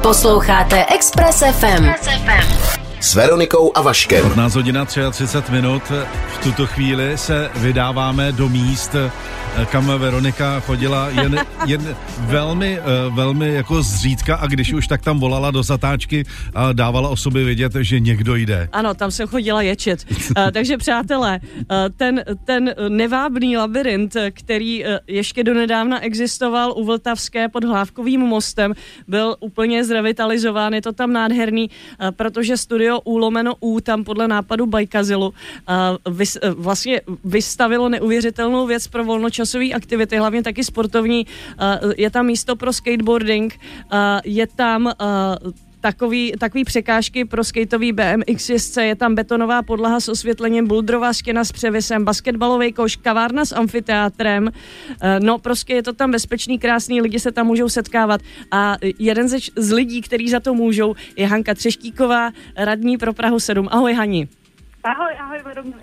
Posloucháte Express FM. S Veronikou a Vaškem. 15:33. V tuto chvíli se vydáváme do míst, kam Veronika chodila jen velmi jako zřídka a když už tak tam volala do zatáčky a dávala o sobě vědět, že někdo jde. Ano, tam jsem chodila ječet. Takže přátelé, ten nevábný labirint, který ještě donedávna existoval u Vltavské pod Hlávkovým mostem, byl úplně zrevitalizován, je to tam nádherný, protože studio U/U tam podle nápadu Bajkazilu vlastně vystavilo neuvěřitelnou věc pro volnočasové aktivity, hlavně taky sportovní. Je tam místo pro skateboarding, je tam takový překážky pro skateový BMX jezdce, je tam betonová podlaha s osvětlením, buldrová stěna s převisem, basketbalový koš, kavárna s amfiteátrem. No prostě je to tam bezpečný, krásný, lidi se tam můžou setkávat a jeden z lidí, kteří za to můžou, je Hanka Třeštíková, radní pro Prahu 7. Ahoj, Hani. Ahoj,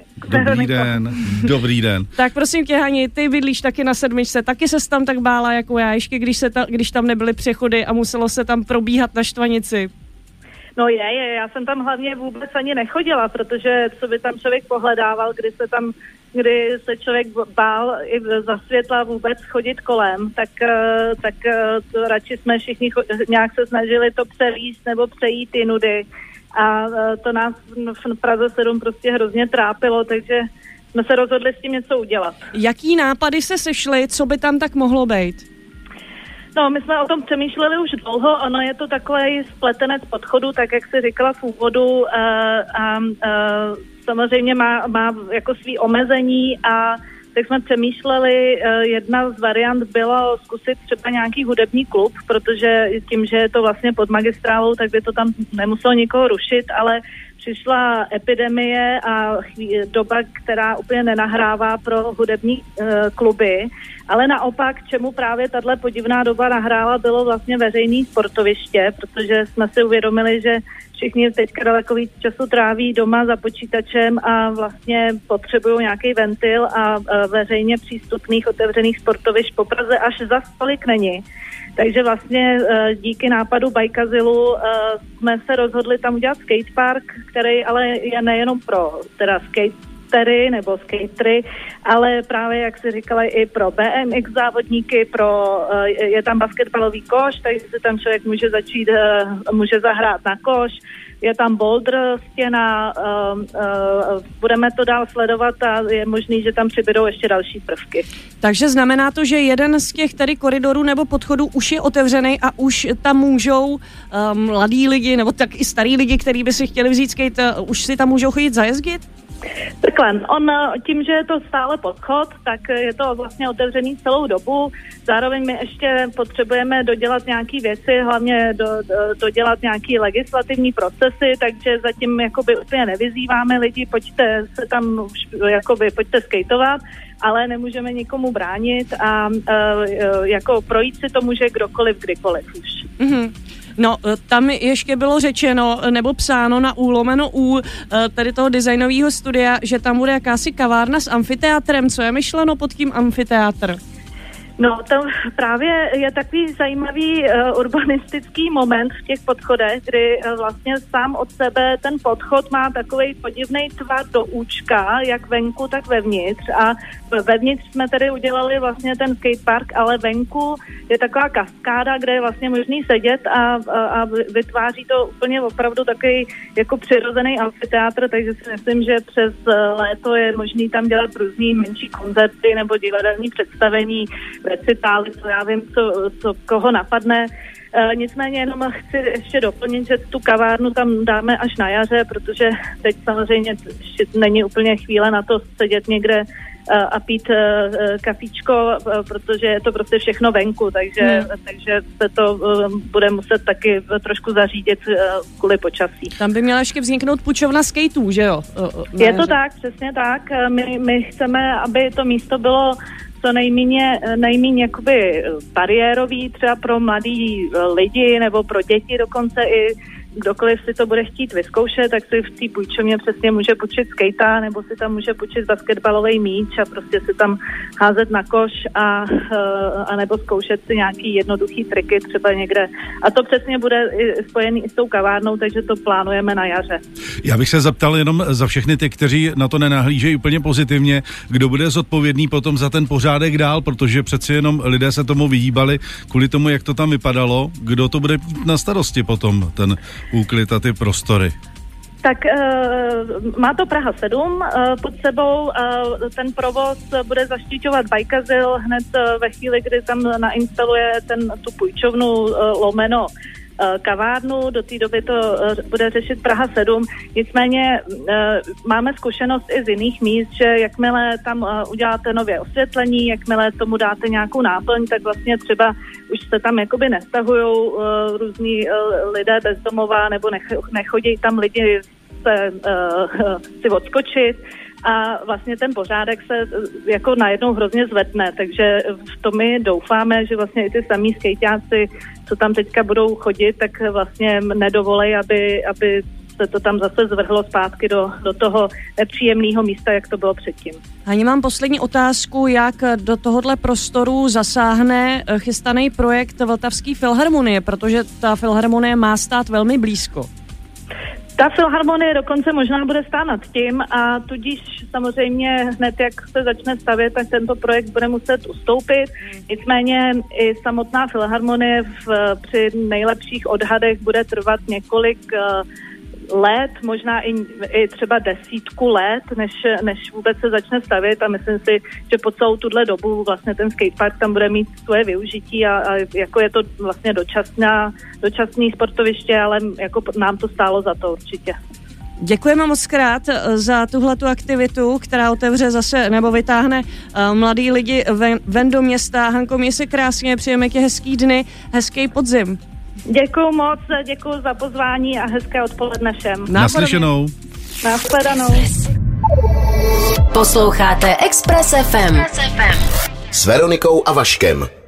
Dobrý den. Tak prosím tě, Hani, ty bydlíš taky na 7, taky ses tam tak bála jako já, ještě když tam nebyly přechody a muselo se tam probíhat na štvanici. No já jsem tam hlavně vůbec ani nechodila, protože co by tam člověk pohledával, kdy se člověk bál i za světla vůbec chodit kolem, tak to radši jsme všichni nějak se snažili to převíst nebo přejít jinudy. A to nás v Praze 7 prostě hrozně trápilo, takže jsme se rozhodli s tím něco udělat. Jaký nápady se sešly, co by tam tak mohlo být? No, my jsme o tom přemýšleli už dlouho, ono je to takový spletenec podchodu, tak jak jsi říkala v úvodu, samozřejmě má jako svý omezení a tak jsme přemýšleli, jedna z variant bylo zkusit třeba nějaký hudební klub, protože tím, že je to vlastně pod magistrálou, tak by to tam nemuselo nikoho rušit, ale přišla epidemie a doba, která úplně nenahrává pro hudební kluby, ale naopak, čemu právě tahle podivná doba nahrála, bylo vlastně veřejné sportoviště, protože jsme si uvědomili, že všichni teďka daleko víc času tráví doma za počítačem a vlastně potřebují nějaký ventil a veřejně přístupných otevřených sportovišť po Praze až za stolik není. Takže vlastně díky nápadu Bajkazilu jsme se rozhodli tam udělat skatepark, který ale je nejenom pro teda skatery nebo skatery, ale právě, jak si říkala, i pro BMX závodníky, je tam basketbalový koš, takže se tam člověk může zahrát na koš, je tam boulder stěna, budeme to dál sledovat a je možný, že tam přibydou ještě další prvky. Takže znamená to, že jeden z těch tady koridorů nebo podchodů už je otevřený a už tam můžou mladí lidi nebo tak i starý lidi, kteří by si chtěli vzít skate, už si tam můžou chodit zajezdit? Takhle, tím, že je to stále podchod, tak je to vlastně otevřený celou dobu. Zároveň my ještě potřebujeme dodělat nějaké věci, hlavně dodělat nějaké legislativní procesy, takže zatím jakoby úplně nevyzýváme lidi, pojďte se tam pojďte skateovat, ale nemůžeme nikomu bránit a jako projít si to může kdokoliv, kdykoliv už. Mm-hmm. No, tam ještě bylo řečeno, nebo psáno na U/U tady toho designového studia, že tam bude jakási kavárna s amfiteátrem. Co je myšleno pod tím amfiteátr? No, to právě je takový zajímavý urbanistický moment v těch podchodech, kdy vlastně sám od sebe ten podchod má takovej podivnej tvar do účka, jak venku, tak vevnitř. A vevnitř jsme tedy udělali vlastně ten skatepark, ale venku je taková kaskáda, kde je vlastně možný sedět a vytváří to úplně opravdu takový jako přirozený amfiteátr, takže si myslím, že přes léto je možný tam dělat různý menší koncerty nebo divadelní představení, recitály, co já vím, co koho napadne. Nicméně jenom chci ještě doplnit, že tu kavárnu tam dáme až na jaře, protože teď samozřejmě není úplně chvíle na to sedět někde a pít kafíčko, protože je to prostě všechno venku, takže se to bude muset taky trošku zařídit kvůli počasí. Tam by měla ještě vzniknout půjčovna skateů, že jo? Je to tak, přesně tak. My chceme, aby to místo bylo co nejméně jakoby bariérový třeba pro mladý lidi nebo pro děti dokonce i kdokoliv si to bude chtít vyzkoušet, tak si v té půjčovně přesně může půjčit skejta, nebo si tam může půjčit basketbalový míč a prostě si tam házet na koš a nebo zkoušet si nějaký jednoduchý triky třeba někde. A to přesně bude spojený i s tou kavárnou, takže to plánujeme na jaře. Já bych se zeptal jenom za všechny ty, kteří na to nenahlížejí úplně pozitivně, kdo bude zodpovědný potom za ten pořádek dál, protože přeci jenom lidé se tomu vyhýbali kvůli tomu, jak to tam vypadalo. Kdo to bude mít na starosti potom, ten úklid a ty prostory? Tak má to Praha 7 pod sebou, ten provoz bude zaštiťovat Bajkazil hned ve chvíli, kdy tam nainstaluje tu půjčovnu lomeno kavárnu, do té doby to bude řešit Praha 7, nicméně máme zkušenost i z jiných míst, že jakmile tam uděláte nově osvětlení, jakmile tomu dáte nějakou náplň, tak vlastně třeba už se tam jakoby nestahujou různí lidé bezdomová nebo nechodí tam lidi si odskočit a vlastně ten pořádek se jako najednou hrozně zvedne, takže v tom my doufáme, že vlastně i ty samý skejťáci, co tam teďka budou chodit, tak vlastně nedovolej, aby se to tam zase zvrhlo zpátky do toho nepříjemného místa, jak to bylo předtím. Hani, mám poslední otázku, jak do tohohle prostoru zasáhne chystaný projekt Vltavské filharmonie, protože ta filharmonie má stát velmi blízko. Ta filharmonie dokonce možná bude stát nad tím a tudíž samozřejmě hned, jak se začne stavět, tak tento projekt bude muset ustoupit. Nicméně i samotná filharmonie při nejlepších odhadech bude trvat několik let, možná i třeba 10 let, než vůbec se začne stavět a myslím si, že po celou tuhle dobu vlastně ten skatepark tam bude mít svoje využití a jako je to vlastně dočasné sportoviště, ale jako nám to stálo za to určitě. Děkujeme moc krát za tuhletu aktivitu, která otevře zase nebo vytáhne mladý lidi ven do města. Hanko, měj se krásně, přejeme ti hezký dny, hezký podzim. Děkuju moc, děkuju za pozvání a hezké odpoledne všem. Naslyšenou. Nashledanou. Posloucháte Express FM. S Veronikou a Vaškem.